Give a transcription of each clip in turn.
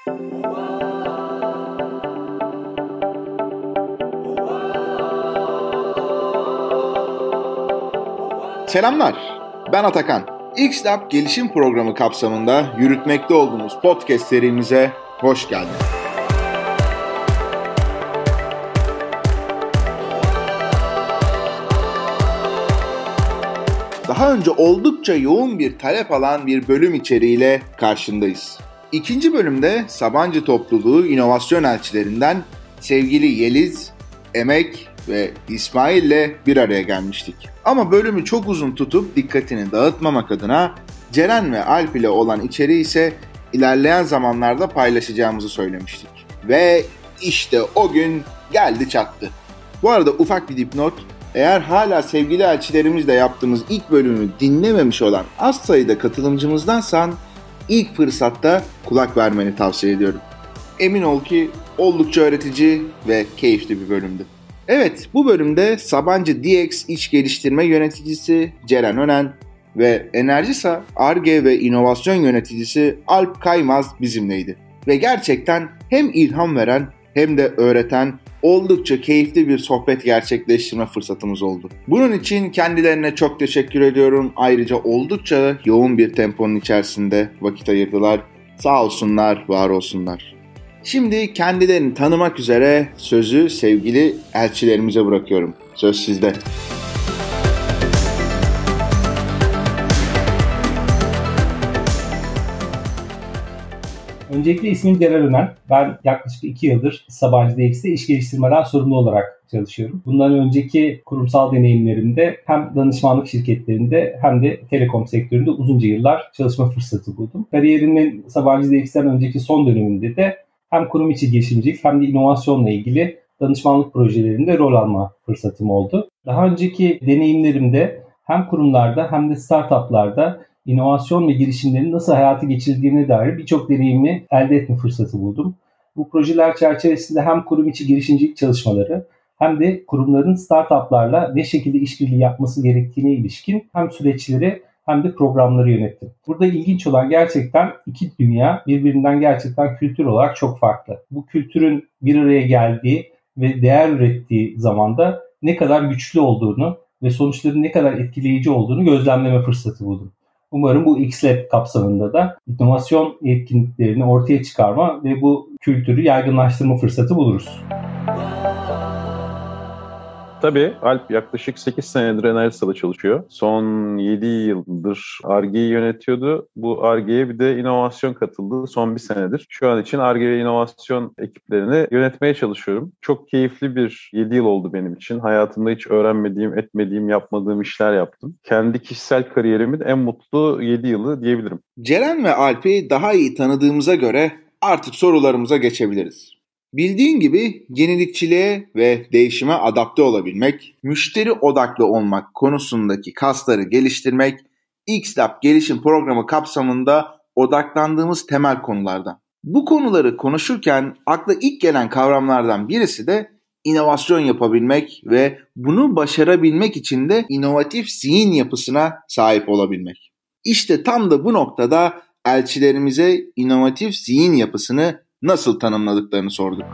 Selamlar, ben Atakan. X-Lab gelişim programı kapsamında yürütmekte olduğumuz podcast serimize hoş geldiniz. Daha önce oldukça yoğun bir talep alan bir bölüm içeriğiyle karşındayız. İkinci bölümde Sabancı Topluluğu İnovasyon Elçilerinden sevgili Yeliz, Emek ve İsmail ile bir araya gelmiştik. Ama bölümü çok uzun tutup dikkatini dağıtmamak adına Ceren ve Alp ile olan içeriği ise ilerleyen zamanlarda paylaşacağımızı söylemiştik. Ve işte o gün geldi çattı. Bu arada ufak bir dipnot, eğer hala sevgili elçilerimizle yaptığımız ilk bölümü dinlememiş olan az sayıda katılımcımızdansan ilk fırsatta kulak vermeni tavsiye ediyorum. Emin ol ki oldukça öğretici ve keyifli bir bölümdü. Evet, bu bölümde Sabancı DX İç Geliştirme Yöneticisi Ceren Önen ve Enerjisa Ar-Ge ve İnovasyon Yöneticisi Alp Kaymaz bizimleydi. Ve gerçekten hem ilham veren hem de öğreten oldukça keyifli bir sohbet gerçekleştirme fırsatımız oldu. Bunun için kendilerine çok teşekkür ediyorum. Ayrıca oldukça yoğun bir temponun içerisinde vakit ayırdılar. Sağ olsunlar, var olsunlar. Şimdi kendilerini tanımak üzere sözü sevgili elçilerimize bırakıyorum. Söz sizde. Öncelikle ismim Ceren Önen. Ben yaklaşık 2 yıldır Sabancı DX'te iş geliştirmeden sorumlu olarak çalışıyorum. Bundan önceki kurumsal deneyimlerimde hem danışmanlık şirketlerinde hem de telekom sektöründe uzunca yıllar çalışma fırsatı buldum. Kariyerimin Sabancı DX'ten önceki son döneminde de hem kurum içi girişimcilik hem de inovasyonla ilgili danışmanlık projelerinde rol alma fırsatım oldu. Daha önceki deneyimlerimde hem kurumlarda hem de startuplarda inovasyon ve girişimlerin nasıl hayata geçirildiğine dair birçok deneyimi elde etme fırsatı buldum. Bu projeler çerçevesinde hem kurum içi girişimcilik çalışmaları hem de kurumların startuplarla ne şekilde işbirliği yapması gerektiğine ilişkin hem süreçleri hem de programları yönettim. Burada ilginç olan gerçekten iki dünya birbirinden gerçekten kültür olarak çok farklı. Bu kültürün bir araya geldiği ve değer ürettiği zamanda ne kadar güçlü olduğunu ve sonuçların ne kadar etkileyici olduğunu gözlemleme fırsatı buldum. Umarım bu X-Lab kapsamında da inovasyon yetkinliklerini ortaya çıkarma ve bu kültürü yaygınlaştırma fırsatı buluruz. Tabii Alp yaklaşık 8 senedir Enerjisa'da çalışıyor. Son 7 yıldır Ar-Ge'yi yönetiyordu. Bu Ar-Ge'ye bir de inovasyon katıldı son bir senedir. Şu an için Ar-Ge ve inovasyon ekiplerini yönetmeye çalışıyorum. Çok keyifli bir 7 yıl oldu benim için. Hayatımda hiç öğrenmediğim, etmediğim, yapmadığım işler yaptım. Kendi kişisel kariyerimin en mutlu 7 yılı diyebilirim. Ceren ve Alp'i daha iyi tanıdığımıza göre artık sorularımıza geçebiliriz. Bildiğin gibi yenilikçiliğe ve değişime adapte olabilmek, müşteri odaklı olmak konusundaki kasları geliştirmek, X-Lab gelişim programı kapsamında odaklandığımız temel konulardan. Bu konuları konuşurken akla ilk gelen kavramlardan birisi de inovasyon yapabilmek ve bunu başarabilmek için de inovatif zihin yapısına sahip olabilmek. İşte tam da bu noktada elçilerimize inovatif zihin yapısını nasıl tanımladıklarını sorduk.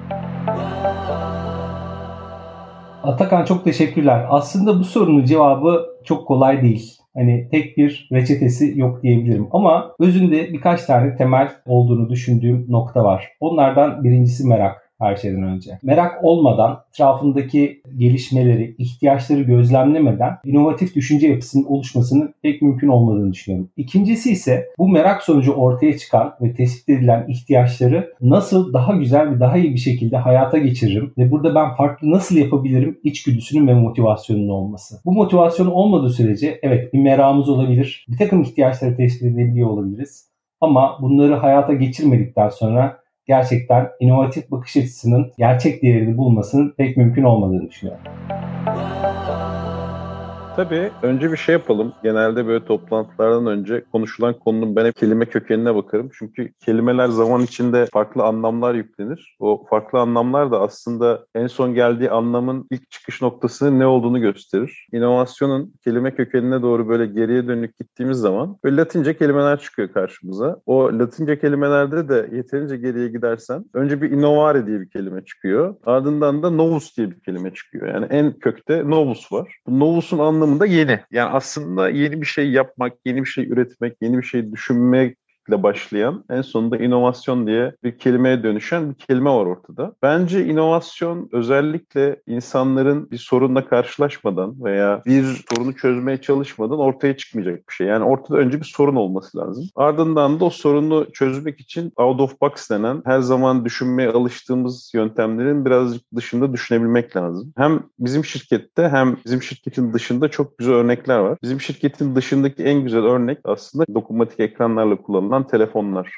Atakan çok teşekkürler. Aslında bu sorunun cevabı çok kolay değil. Hani tek bir reçetesi yok diyebilirim. Ama özünde birkaç tane temel olduğunu düşündüğüm nokta var. Onlardan birincisi merak. Her şeyden önce. Merak olmadan, etrafındaki gelişmeleri, ihtiyaçları gözlemlemeden inovatif düşünce yapısının oluşmasının pek mümkün olmadığını düşünüyorum. İkincisi ise bu merak sonucu ortaya çıkan ve tespit edilen ihtiyaçları nasıl daha güzel ve daha iyi bir şekilde hayata geçiririm ve burada ben farklı nasıl yapabilirim içgüdüsünün ve motivasyonunun olması. Bu motivasyon olmadığı sürece evet bir merakımız olabilir, bir takım ihtiyaçları tespit edebiliyor olabiliriz ama bunları hayata geçirmedikten sonra gerçekten inovatif bakış açısının gerçek değerini bulmasının pek mümkün olmadığını düşünüyorum. Tabii önce bir şey yapalım. Genelde böyle toplantılardan önce konuşulan konunun ben hep kelime kökenine bakarım. Çünkü kelimeler zaman içinde farklı anlamlar yüklenir. O farklı anlamlar da aslında en son geldiği anlamın ilk çıkış noktasının ne olduğunu gösterir. İnovasyonun kelime kökenine doğru böyle geriye dönük gittiğimiz zaman böyle Latince kelimeler çıkıyor karşımıza. O Latince kelimelerde de yeterince geriye gidersen önce bir innovare diye bir kelime çıkıyor. Ardından da novus diye bir kelime çıkıyor. Yani en kökte novus var. Bu novus'un anlamında yeni. Yani aslında yeni bir şey yapmak, yeni bir şey üretmek, yeni bir şey düşünmekle başlayan, en sonunda inovasyon diye bir kelimeye dönüşen bir kelime var ortada. Bence inovasyon özellikle insanların bir sorunla karşılaşmadan veya bir sorunu çözmeye çalışmadan ortaya çıkmayacak bir şey. Yani ortada önce bir sorun olması lazım. Ardından da o sorunu çözmek için out of box denen her zaman düşünmeye alıştığımız yöntemlerin birazcık dışında düşünebilmek lazım. Hem bizim şirkette hem bizim şirketin dışında çok güzel örnekler var. Bizim şirketin dışındaki en güzel örnek aslında dokunmatik ekranlarla kullanılan telefonlar.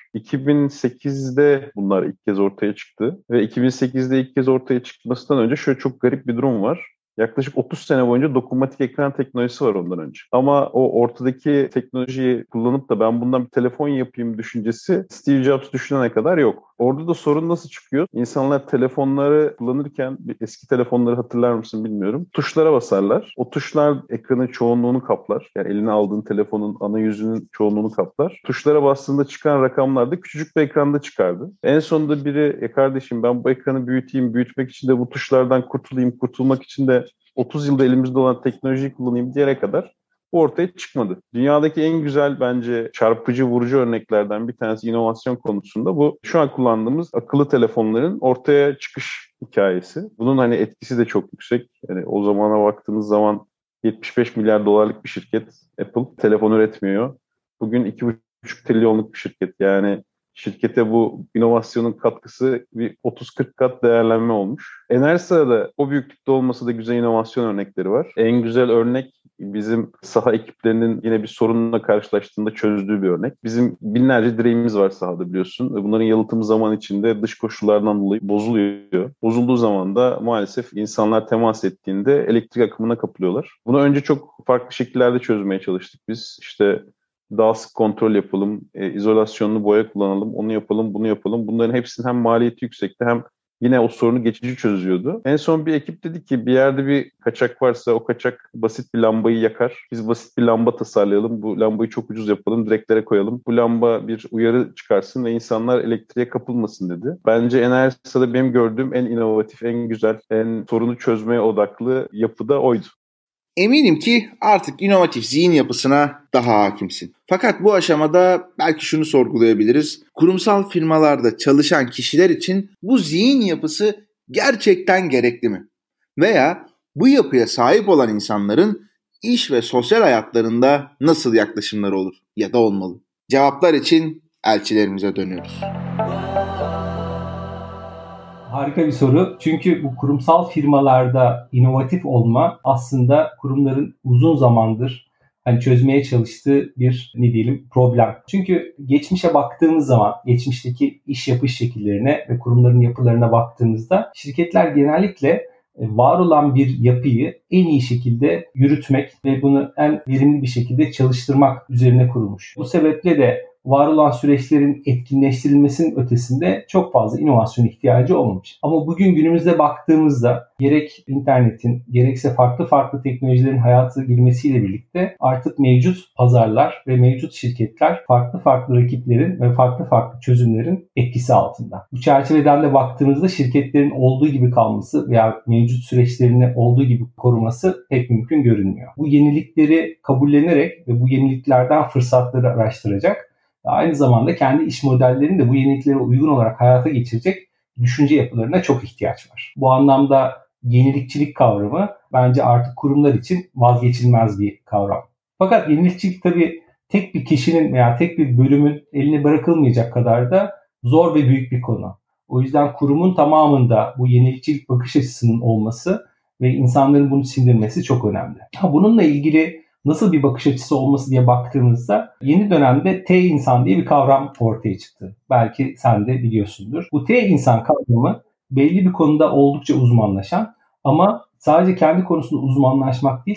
2008'de bunlar ilk kez ortaya çıktı ve 2008'de ilk kez ortaya çıkmasından önce şöyle çok garip bir durum var. Yaklaşık 30 sene boyunca dokunmatik ekran teknolojisi var ondan önce. Ama o ortadaki teknolojiyi kullanıp da ben bundan bir telefon yapayım düşüncesi Steve Jobs düşünene kadar yok. Orada da sorun nasıl çıkıyor? İnsanlar telefonları kullanırken, eski telefonları hatırlar mısın bilmiyorum, tuşlara basarlar. O tuşlar ekranın çoğunluğunu kaplar. Yani eline aldığın telefonun ana yüzünün çoğunluğunu kaplar. Tuşlara bastığında çıkan rakamlar da küçücük bir ekranda çıkardı. En sonunda biri, kardeşim ben bu ekranı büyüteyim, büyütmek için de bu tuşlardan kurtulayım, kurtulmak için de 30 yılda elimizde olan teknolojiyi kullanayım diyene kadar bu ortaya çıkmadı. Dünyadaki en güzel bence çarpıcı, vurucu örneklerden bir tanesi inovasyon konusunda bu. Şu an kullandığımız akıllı telefonların ortaya çıkış hikayesi. Bunun hani etkisi de çok yüksek. Yani o zamana baktığınız zaman 75 milyar dolarlık bir şirket Apple telefon üretmiyor. Bugün 2,5 trilyonluk bir şirket. Yani şirkete bu inovasyonun katkısı bir 30-40 kat değerlenme olmuş. Enerjisa'da da o büyüklükte olması da güzel inovasyon örnekleri var. En güzel örnek bizim saha ekiplerinin yine bir sorunla karşılaştığında çözdüğü bir örnek. Bizim binlerce direğimiz var sahada biliyorsun. Bunların yalıtımı zaman içinde dış koşullardan dolayı bozuluyor. Bozulduğu zaman da maalesef insanlar temas ettiğinde elektrik akımına kapılıyorlar. Bunu önce çok farklı şekillerde çözmeye çalıştık biz. İşte daha sık kontrol yapalım, izolasyonlu boya kullanalım, onu yapalım, bunu yapalım. Bunların hepsinin hem maliyeti yüksekti hem yine o sorunu geçici çözüyordu. En son bir ekip dedi ki bir yerde bir kaçak varsa o kaçak basit bir lambayı yakar. Biz basit bir lamba tasarlayalım, bu lambayı çok ucuz yapalım, direklere koyalım. Bu lamba bir uyarı çıkarsın ve insanlar elektriğe kapılmasın dedi. Bence Enerjisa'da benim gördüğüm en inovatif, en güzel, en sorunu çözmeye odaklı yapı da oydu. Eminim ki artık inovatif zihin yapısına daha hakimsin. Fakat bu aşamada belki şunu sorgulayabiliriz. Kurumsal firmalarda çalışan kişiler için bu zihin yapısı gerçekten gerekli mi? Veya bu yapıya sahip olan insanların iş ve sosyal hayatlarında nasıl yaklaşımları olur ya da olmalı? Cevaplar için elçilerimize dönüyoruz. Harika bir soru. Çünkü bu kurumsal firmalarda inovatif olma aslında kurumların uzun zamandır çözmeye çalıştığı bir problem. Çünkü geçmişe baktığımız zaman, geçmişteki iş yapış şekillerine ve kurumların yapılarına baktığımızda şirketler genellikle var olan bir yapıyı en iyi şekilde yürütmek ve bunu en verimli bir şekilde çalıştırmak üzerine kurulmuş. Bu sebeple de var olan süreçlerin etkinleştirilmesinin ötesinde çok fazla inovasyon ihtiyacı olmamış. Ama bugün günümüzde baktığımızda gerek internetin gerekse farklı teknolojilerin hayata girmesiyle birlikte artık mevcut pazarlar ve mevcut şirketler farklı rakiplerin ve farklı çözümlerin etkisi altında. Bu çerçeveden de baktığımızda şirketlerin olduğu gibi kalması veya mevcut süreçlerini olduğu gibi koruması pek mümkün görünmüyor. Bu yenilikleri kabullenerek ve bu yeniliklerden fırsatları araştıracak, aynı zamanda kendi iş modellerini de bu yeniliklere uygun olarak hayata geçirecek düşünce yapılarına çok ihtiyaç var. Bu anlamda yenilikçilik kavramı bence artık kurumlar için vazgeçilmez bir kavram. Fakat yenilikçilik tabii tek bir kişinin veya tek bir bölümün eline bırakılmayacak kadar da zor ve büyük bir konu. O yüzden kurumun tamamında bu yenilikçilik bakış açısının olması ve insanların bunu sindirmesi çok önemli. Bununla ilgili nasıl bir bakış açısı olması diye baktığımızda yeni dönemde T-insan diye bir kavram ortaya çıktı. Belki sen de biliyorsundur. Bu T-insan kavramı belli bir konuda oldukça uzmanlaşan ama sadece kendi konusunda uzmanlaşmak değil,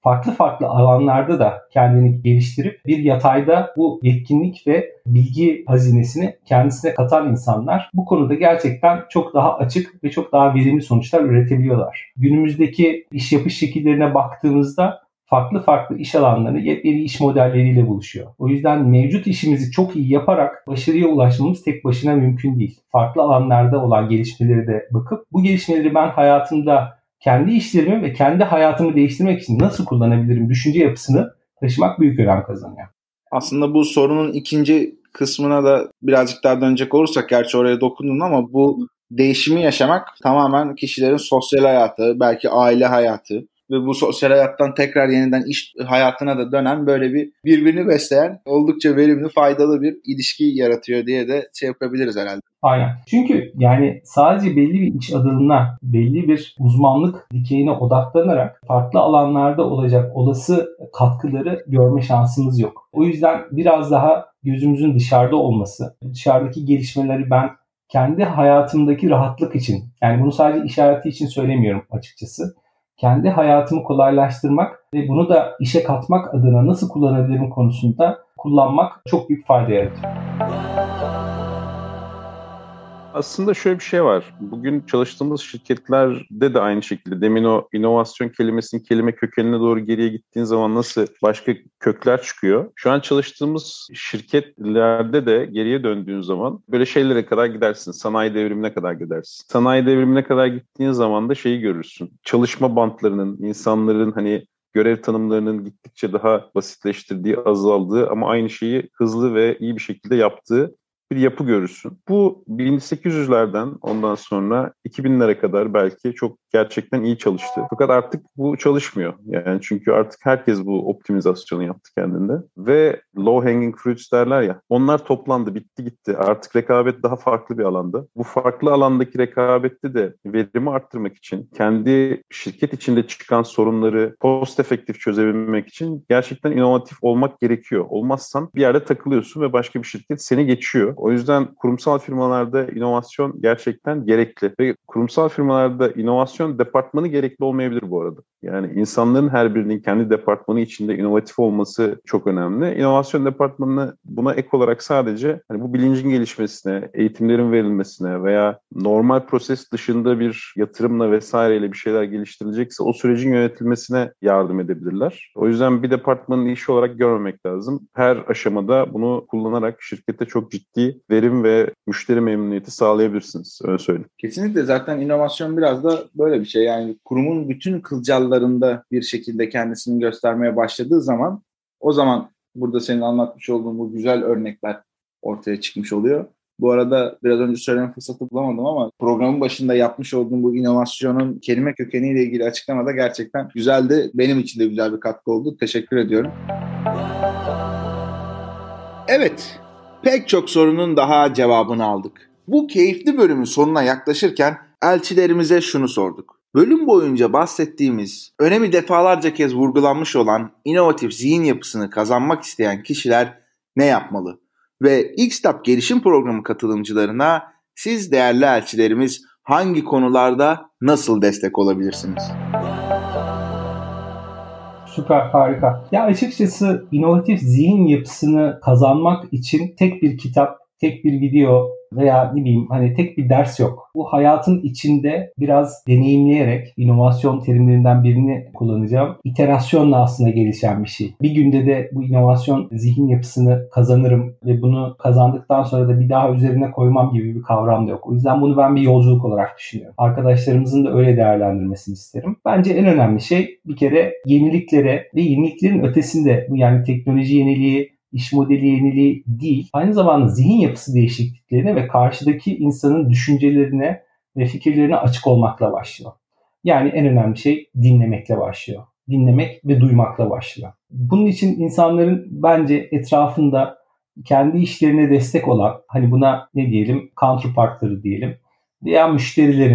farklı farklı alanlarda da kendini geliştirip bir yatayda bu yetkinlik ve bilgi hazinesini kendisine katan insanlar bu konuda gerçekten çok daha açık ve çok daha verimli sonuçlar üretebiliyorlar. Günümüzdeki iş yapış şekillerine baktığımızda farklı farklı iş alanları yepyeni iş modelleriyle buluşuyor. O yüzden mevcut işimizi çok iyi yaparak başarıya ulaşmamız tek başına mümkün değil. Farklı alanlarda olan gelişmeleri de bakıp bu gelişmeleri ben hayatımda kendi işlerimi ve kendi hayatımı değiştirmek için nasıl kullanabilirim düşünce yapısını taşımak büyük önem kazanıyor. Aslında bu sorunun ikinci kısmına da birazcık daha dönecek olursak, gerçi oraya dokundun ama bu değişimi yaşamak tamamen kişilerin sosyal hayatı, belki aile hayatı ve bu sosyal hayattan tekrar yeniden iş hayatına da dönen böyle bir birbirini besleyen oldukça verimli, faydalı bir ilişki yaratıyor diye de yapabiliriz herhalde. Aynen. Çünkü yani sadece belli bir iş adamına, belli bir uzmanlık dikeyine odaklanarak farklı alanlarda olacak olası katkıları görme şansımız yok. O yüzden biraz daha gözümüzün dışarıda olması, dışarıdaki gelişmeleri ben kendi hayatımdaki rahatlık için, yani bunu sadece iş hayatı için söylemiyorum açıkçası. Kendi hayatımı kolaylaştırmak ve bunu da işe katmak adına nasıl kullanabilirim konusunda kullanmak çok büyük fayda yaratıyor. Aslında şöyle bir şey var. Bugün çalıştığımız şirketlerde de aynı şekilde. Demin o inovasyon kelimesinin kelime kökenine doğru geriye gittiğin zaman nasıl başka kökler çıkıyor. Şu an çalıştığımız şirketlerde de geriye döndüğün zaman böyle şeylere kadar gidersin. Sanayi devrimine kadar gidersin. Sanayi devrimine kadar gittiğin zaman da şeyi görürsün. Çalışma bantlarının, insanların görev tanımlarının gittikçe daha basitleştirdiği, azaldığı ama aynı şeyi hızlı ve iyi bir şekilde yaptığı bir yapı görürsün. Bu 1800'lerden ondan sonra 2000'lere kadar belki çok gerçekten iyi çalıştı. Fakat artık bu çalışmıyor. Yani çünkü artık herkes bu optimizasyonu yaptı kendinde. Ve low hanging fruits derler ya. Onlar toplandı, bitti gitti. Artık rekabet daha farklı bir alanda. Bu farklı alandaki rekabette de verimi arttırmak için, kendi şirket içinde çıkan sorunları post efektif çözebilmek için gerçekten inovatif olmak gerekiyor. Olmazsan bir yerde takılıyorsun ve başka bir şirket seni geçiyor. O yüzden kurumsal firmalarda inovasyon gerçekten gerekli. Ve kurumsal firmalarda inovasyon departmanı gerekli olmayabilir bu arada. Yani insanların her birinin kendi departmanı içinde inovatif olması çok önemli. İnovasyon departmanına buna ek olarak sadece bu bilincin gelişmesine, eğitimlerin verilmesine veya normal proses dışında bir yatırımla vesaireyle bir şeyler geliştirilecekse o sürecin yönetilmesine yardım edebilirler. O yüzden bir departmanın işi olarak görmemek lazım. Her aşamada bunu kullanarak şirkete çok ciddi verim ve müşteri memnuniyeti sağlayabilirsiniz. Öyle söyleyeyim. Kesinlikle, zaten inovasyon biraz da böyle bir şey. Yani kurumun bütün kılcallarında bir şekilde kendisini göstermeye başladığı zaman, o zaman burada senin anlatmış olduğun bu güzel örnekler ortaya çıkmış oluyor. Bu arada biraz önce söyleme fırsatı bulamadım ama programın başında yapmış olduğum bu inovasyonun kelime kökeniyle ilgili açıklama da gerçekten güzeldi. Benim için de güzel bir katkı oldu. Teşekkür ediyorum. Evet, pek çok sorunun daha cevabını aldık. Bu keyifli bölümün sonuna yaklaşırken elçilerimize şunu sorduk. Bölüm boyunca bahsettiğimiz, önemi defalarca kez vurgulanmış olan inovatif zihin yapısını kazanmak isteyen kişiler ne yapmalı? Ve X-Tab gelişim programı katılımcılarına siz değerli elçilerimiz hangi konularda nasıl destek olabilirsiniz? Süper, harika. Ya açıkçası inovatif zihin yapısını kazanmak için tek bir kitap, tek bir video veya tek bir ders yok. Bu hayatın içinde biraz deneyimleyerek, inovasyon terimlerinden birini kullanacağım, iterasyonla aslında gelişen bir şey. Bir günde de bu inovasyon zihin yapısını kazanırım ve bunu kazandıktan sonra da bir daha üzerine koymam gibi bir kavram da yok. O yüzden bunu ben bir yolculuk olarak düşünüyorum. Arkadaşlarımızın da öyle değerlendirmesini isterim. Bence en önemli şey bir kere yeniliklere ve yeniliklerin ötesinde, yani teknoloji yeniliği, iş modeli yeniliği değil, aynı zamanda zihin yapısı değişikliklerine ve karşıdaki insanın düşüncelerine ve fikirlerine açık olmakla başlıyor. Yani en önemli şey dinlemekle başlıyor. Dinlemek ve duymakla başlıyor. Bunun için insanların bence etrafında kendi işlerine destek olan, buna counterpartları diyelim, veya müşterilerine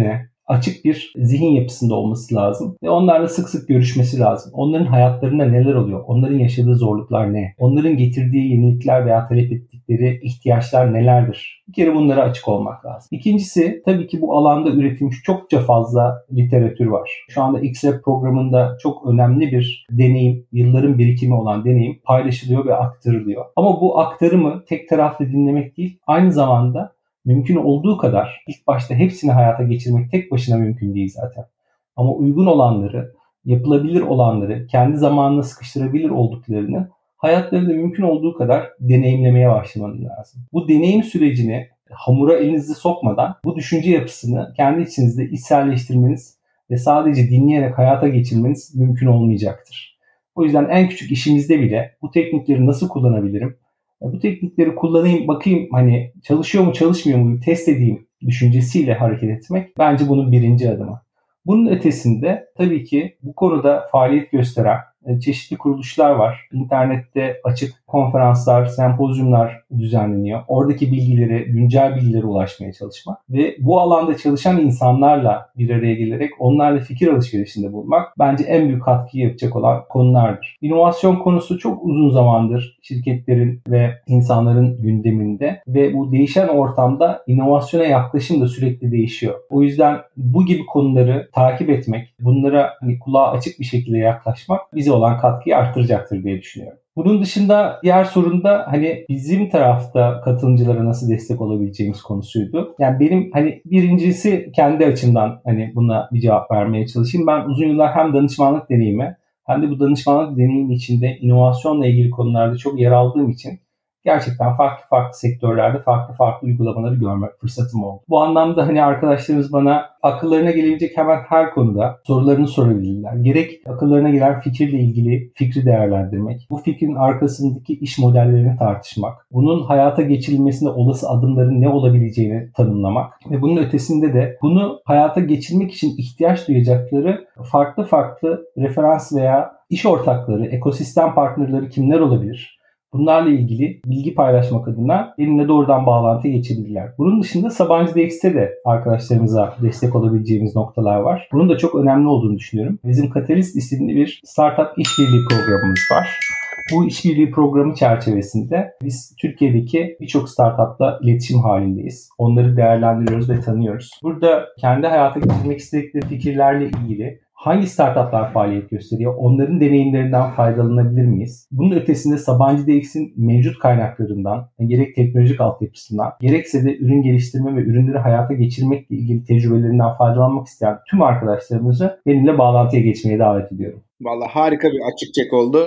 açık bir zihin yapısında olması lazım. Ve onlarla sık sık görüşmesi lazım. Onların hayatlarında neler oluyor? Onların yaşadığı zorluklar ne? Onların getirdiği yenilikler veya talep ettikleri ihtiyaçlar nelerdir? Bir kere bunlara açık olmak lazım. İkincisi, tabii ki bu alanda üretilmiş çokça fazla literatür var. Şu anda XREP programında çok önemli bir deneyim, yılların birikimi olan deneyim paylaşılıyor ve aktarılıyor. Ama bu aktarımı tek taraflı dinlemek değil, aynı zamanda mümkün olduğu kadar ilk başta hepsini hayata geçirmek tek başına mümkün değil zaten. Ama uygun olanları, yapılabilir olanları, kendi zamanına sıkıştırabilir olduklarını hayatlarında mümkün olduğu kadar deneyimlemeye başlamanız lazım. Bu deneyim sürecini hamura elinizi sokmadan bu düşünce yapısını kendi içinizde içselleştirmeniz ve sadece dinleyerek hayata geçirmeniz mümkün olmayacaktır. O yüzden en küçük işimizde bile bu teknikleri nasıl kullanabilirim? Bu teknikleri kullanayım, bakayım hani çalışıyor mu çalışmıyor mu test edeyim düşüncesiyle hareket etmek bence bunun birinci adımı. Bunun ötesinde tabii ki bu konuda faaliyet gösteren çeşitli kuruluşlar var. İnternette açık konferanslar, sempozyumlar düzenleniyor. Oradaki bilgilere, güncel bilgilere ulaşmaya çalışmak ve bu alanda çalışan insanlarla bir araya gelerek onlarla fikir alışverişinde bulunmak bence en büyük katkıyı yapacak olan konulardır. İnovasyon konusu çok uzun zamandır şirketlerin ve insanların gündeminde ve bu değişen ortamda inovasyona yaklaşım da sürekli değişiyor. O yüzden bu gibi konuları takip etmek, bunlara kulağa açık bir şekilde yaklaşmak bize olan katkıyı arttıracaktır diye düşünüyorum. Bunun dışında diğer sorun da bizim tarafta katılımcılara nasıl destek olabileceğimiz konusuydu. Yani benim birincisi kendi açımdan buna bir cevap vermeye çalışayım. Ben uzun yıllar hem danışmanlık deneyimi hem de bu danışmanlık deneyimi içinde inovasyonla ilgili konularda çok yer aldığım için gerçekten farklı sektörlerde farklı uygulamaları görme fırsatım oldu. Bu anlamda arkadaşlarımız bana akıllarına gelebilecek hemen her konuda sorularını sorabilirler. Gerek akıllarına gelen fikirle ilgili fikri değerlendirmek, bu fikrin arkasındaki iş modellerini tartışmak, bunun hayata geçirilmesinde olası adımların ne olabileceğini tanımlamak ve bunun ötesinde de bunu hayata geçirmek için ihtiyaç duyacakları farklı referans veya iş ortakları, ekosistem partnerleri kimler olabilir? Bunlarla ilgili bilgi paylaşmak adına benimle doğrudan bağlantı geçebilirler. Bunun dışında Sabancı DX'te de arkadaşlarımıza destek olabileceğimiz noktalar var. Bunun da çok önemli olduğunu düşünüyorum. Bizim Catalyst isimli bir startup işbirliği programımız var. Bu işbirliği programı çerçevesinde biz Türkiye'deki birçok startupla iletişim halindeyiz. Onları değerlendiriyoruz ve tanıyoruz. Burada kendi hayata geçirmek istedikleri fikirlerle ilgili hangi startuplar faaliyet gösteriyor? Onların deneyimlerinden faydalanabilir miyiz? Bunun ötesinde Sabancı DX'in mevcut kaynaklarından, gerek teknolojik altyapısından, gerekse de ürün geliştirme ve ürünleri hayata geçirmekle ilgili tecrübelerinden faydalanmak isteyen tüm arkadaşlarımızı benimle bağlantıya geçmeye davet ediyorum. Vallahi harika bir açık çek oldu.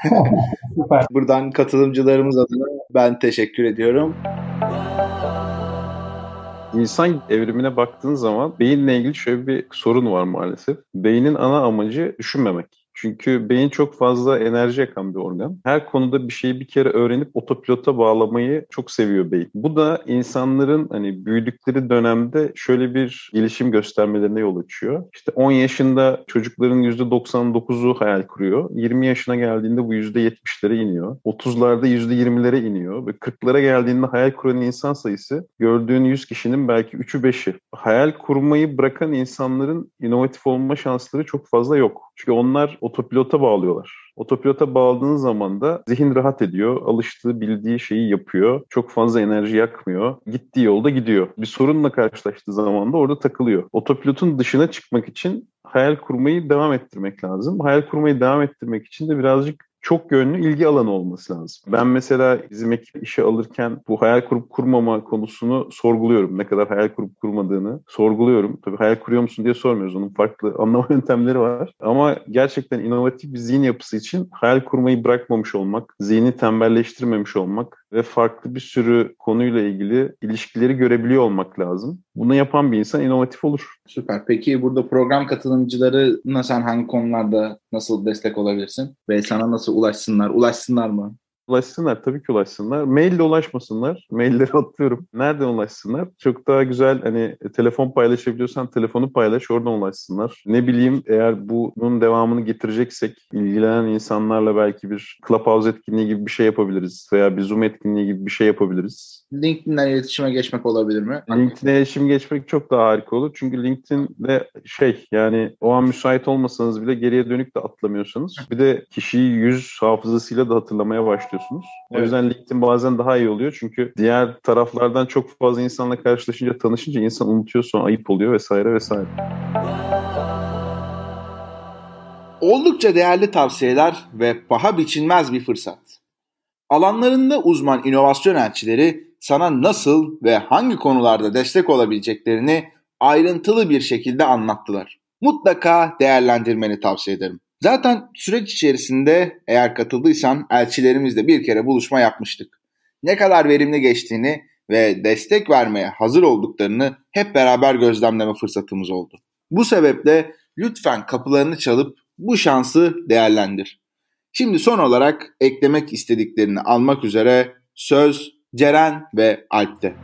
Süper. Buradan katılımcılarımız adına ben teşekkür ediyorum. İnsan evrimine baktığın zaman beyinle ilgili şöyle bir sorun var maalesef. Beynin ana amacı düşünmemek. Çünkü beyin çok fazla enerji yakan bir organ. Her konuda bir şeyi bir kere öğrenip otopilota bağlamayı çok seviyor beyin. Bu da insanların büyüdükleri dönemde şöyle bir gelişim göstermelerine yol açıyor. İşte 10 yaşında çocukların %99'u hayal kuruyor. 20 yaşına geldiğinde bu %70'lere iniyor. 30'larda %20'lere iniyor. Ve 40'lara geldiğinde hayal kuran insan sayısı gördüğün 100 kişinin belki 3'ü 5'i. Hayal kurmayı bırakan insanların inovatif olma şansları çok fazla yok. Çünkü onlar otopilota bağlıyorlar. Otopilota bağladığın zaman da zihin rahat ediyor. Alıştığı, bildiği şeyi yapıyor. Çok fazla enerji yakmıyor. Gittiği yolda gidiyor. Bir sorunla karşılaştığı zaman da orada takılıyor. Otopilotun dışına çıkmak için hayal kurmayı devam ettirmek lazım. Hayal kurmayı devam ettirmek için de birazcık çok yönlü ilgi alanı olması lazım. Ben mesela bizim ekip işe alırken bu hayal kurup kurmama konusunu sorguluyorum. Ne kadar hayal kurup kurmadığını sorguluyorum. Tabii hayal kuruyor musun diye sormuyoruz. Onun farklı anlama yöntemleri var. Ama gerçekten inovatif bir zihin yapısı için hayal kurmayı bırakmamış olmak, zihni tembelleştirmemiş olmak ve farklı bir sürü konuyla ilgili ilişkileri görebiliyor olmak lazım. Bunu yapan bir insan inovatif olur. Süper. Peki burada program katılımcılarına sen hangi konularda nasıl destek olabilirsin? Ve sana nasıl ulaşsınlar? Ulaşsınlar mı? Ulaşsınlar, tabii ki ulaşsınlar. Maille ulaşmasınlar. Mailleri atıyorum. Nereden ulaşsınlar? Çok daha güzel, hani telefon paylaşabiliyorsan telefonu paylaş, oradan ulaşsınlar. Ne bileyim, eğer bunun devamını getireceksek ilgilenen insanlarla belki bir Clubhouse etkinliği gibi bir şey yapabiliriz. Veya bir Zoom etkinliği gibi bir şey yapabiliriz. LinkedIn'den iletişime geçmek olabilir mi? LinkedIn'e iletişim geçmek çok daha harika olur. Çünkü LinkedIn'de yani o an müsait olmasanız bile geriye dönük de atlamıyorsunuz. Bir de kişiyi yüz hafızasıyla da hatırlamaya başlıyorsunuz. O yüzden LinkedIn bazen daha iyi oluyor. Çünkü diğer taraflardan çok fazla insanla karşılaşınca, tanışınca insan unutuyor, sonra ayıp oluyor vesaire vesaire. Oldukça değerli tavsiyeler ve paha biçilmez bir fırsat. Alanlarında uzman inovasyon elçileri sana nasıl ve hangi konularda destek olabileceklerini ayrıntılı bir şekilde anlattılar. Mutlaka değerlendirmeni tavsiye ederim. Zaten süreç içerisinde eğer katıldıysan elçilerimizle bir kere buluşma yapmıştık. Ne kadar verimli geçtiğini ve destek vermeye hazır olduklarını hep beraber gözlemleme fırsatımız oldu. Bu sebeple lütfen kapılarını çalıp bu şansı değerlendir. Şimdi son olarak eklemek istediklerini almak üzere söz Ceren ve Alp'te.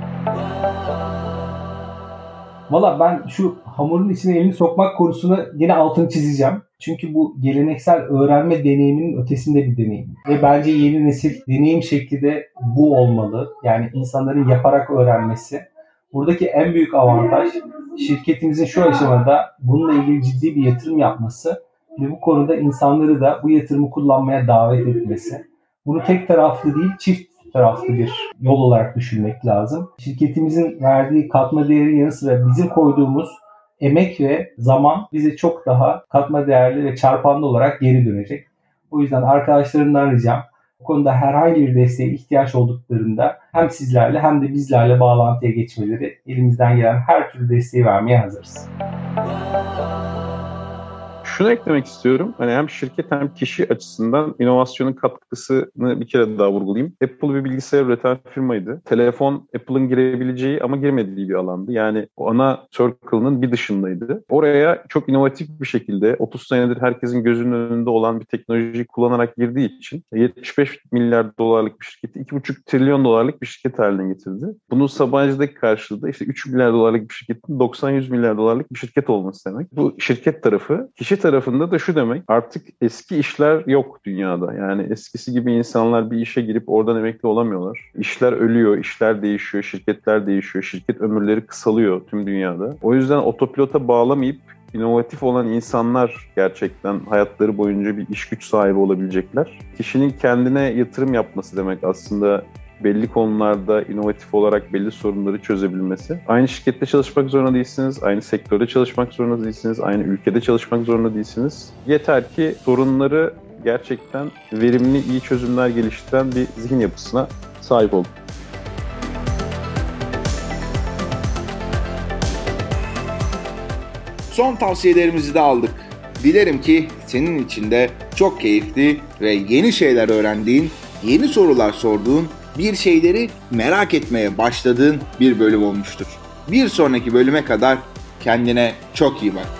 Valla ben şu hamurun içine elini sokmak konusunu yine altını çizeceğim. Çünkü bu geleneksel öğrenme deneyiminin ötesinde bir deneyim. Ve bence yeni nesil deneyim şekli de bu olmalı. Yani insanların yaparak öğrenmesi. Buradaki en büyük avantaj şirketimizin şu aşamada bununla ilgili ciddi bir yatırım yapması ve bu konuda insanları da bu yatırımı kullanmaya davet etmesi. Bunu tek taraflı değil, çift taraflı bir yol olarak düşünmek lazım. Şirketimizin verdiği katma değerin yanı sıra bizim koyduğumuz emek ve zaman bize çok daha katma değerli ve çarpanlı olarak geri dönecek. O yüzden arkadaşlarımdan ricam bu konuda herhangi bir desteğe ihtiyaç olduklarında hem sizlerle hem de bizlerle bağlantıya geçmeleri, elimizden gelen her türlü desteği vermeye hazırız. Şunu eklemek istiyorum. Hani hem şirket hem kişi açısından inovasyonun katkısını bir kere daha vurgulayayım. Apple bir bilgisayar üreten firmaydı. Telefon Apple'ın girebileceği ama girmediği bir alandı. Yani o ana circle'ının bir dışındaydı. Oraya çok inovatif bir şekilde 30 senedir herkesin gözünün önünde olan bir teknolojiyi kullanarak girdiği için 75 milyar dolarlık bir şirketi 2,5 trilyon dolarlık bir şirket haline getirdi. Bunun Sabancı'daki karşılığı da işte 3 milyar dolarlık bir şirketin 90-100 milyar dolarlık bir şirket olması demek. Bu şirket tarafı. Kişi tarafında da şu demek, artık eski işler yok dünyada. Yani eskisi gibi insanlar bir işe girip oradan emekli olamıyorlar. İşler ölüyor, işler değişiyor, şirketler değişiyor, şirket ömürleri kısalıyor tüm dünyada. O yüzden otopilota bağlamayıp inovatif olan insanlar gerçekten hayatları boyunca bir iş güç sahibi olabilecekler. Kişinin kendine yatırım yapması demek aslında belli konularda inovatif olarak belli sorunları çözebilmesi. Aynı şirkette çalışmak zorunda değilsiniz, aynı sektörde çalışmak zorunda değilsiniz, aynı ülkede çalışmak zorunda değilsiniz. Yeter ki sorunları gerçekten verimli, iyi çözümler geliştiren bir zihin yapısına sahip olun. Son tavsiyelerimizi de aldık. Dilerim ki senin için de çok keyifli ve yeni şeyler öğrendiğin, yeni sorular sorduğun, bir şeyleri merak etmeye başladığın bir bölüm olmuştur. Bir sonraki bölüme kadar kendine çok iyi bak.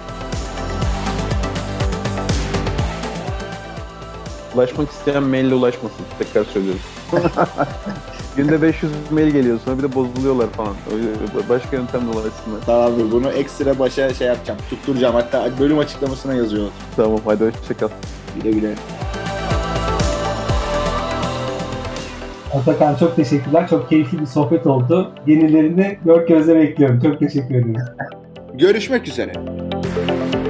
Ulaşmak isteyen maille ulaşmasın. Tekrar söylüyorum. Günde 500 mail geliyor, sonra bir de bozuluyorlar falan. Başka yöntemle ulaşsınlar. Tamamdır, bunu ekstra başa yapacağım. Tutturacağım, hatta bölüm açıklamasına yazıyor. Tamam, hadi hoşçakal. Güle güle. Atakan çok teşekkürler. Çok keyifli bir sohbet oldu. Yenilerini dört gözle bekliyorum. Çok teşekkür ederim. Görüşmek üzere.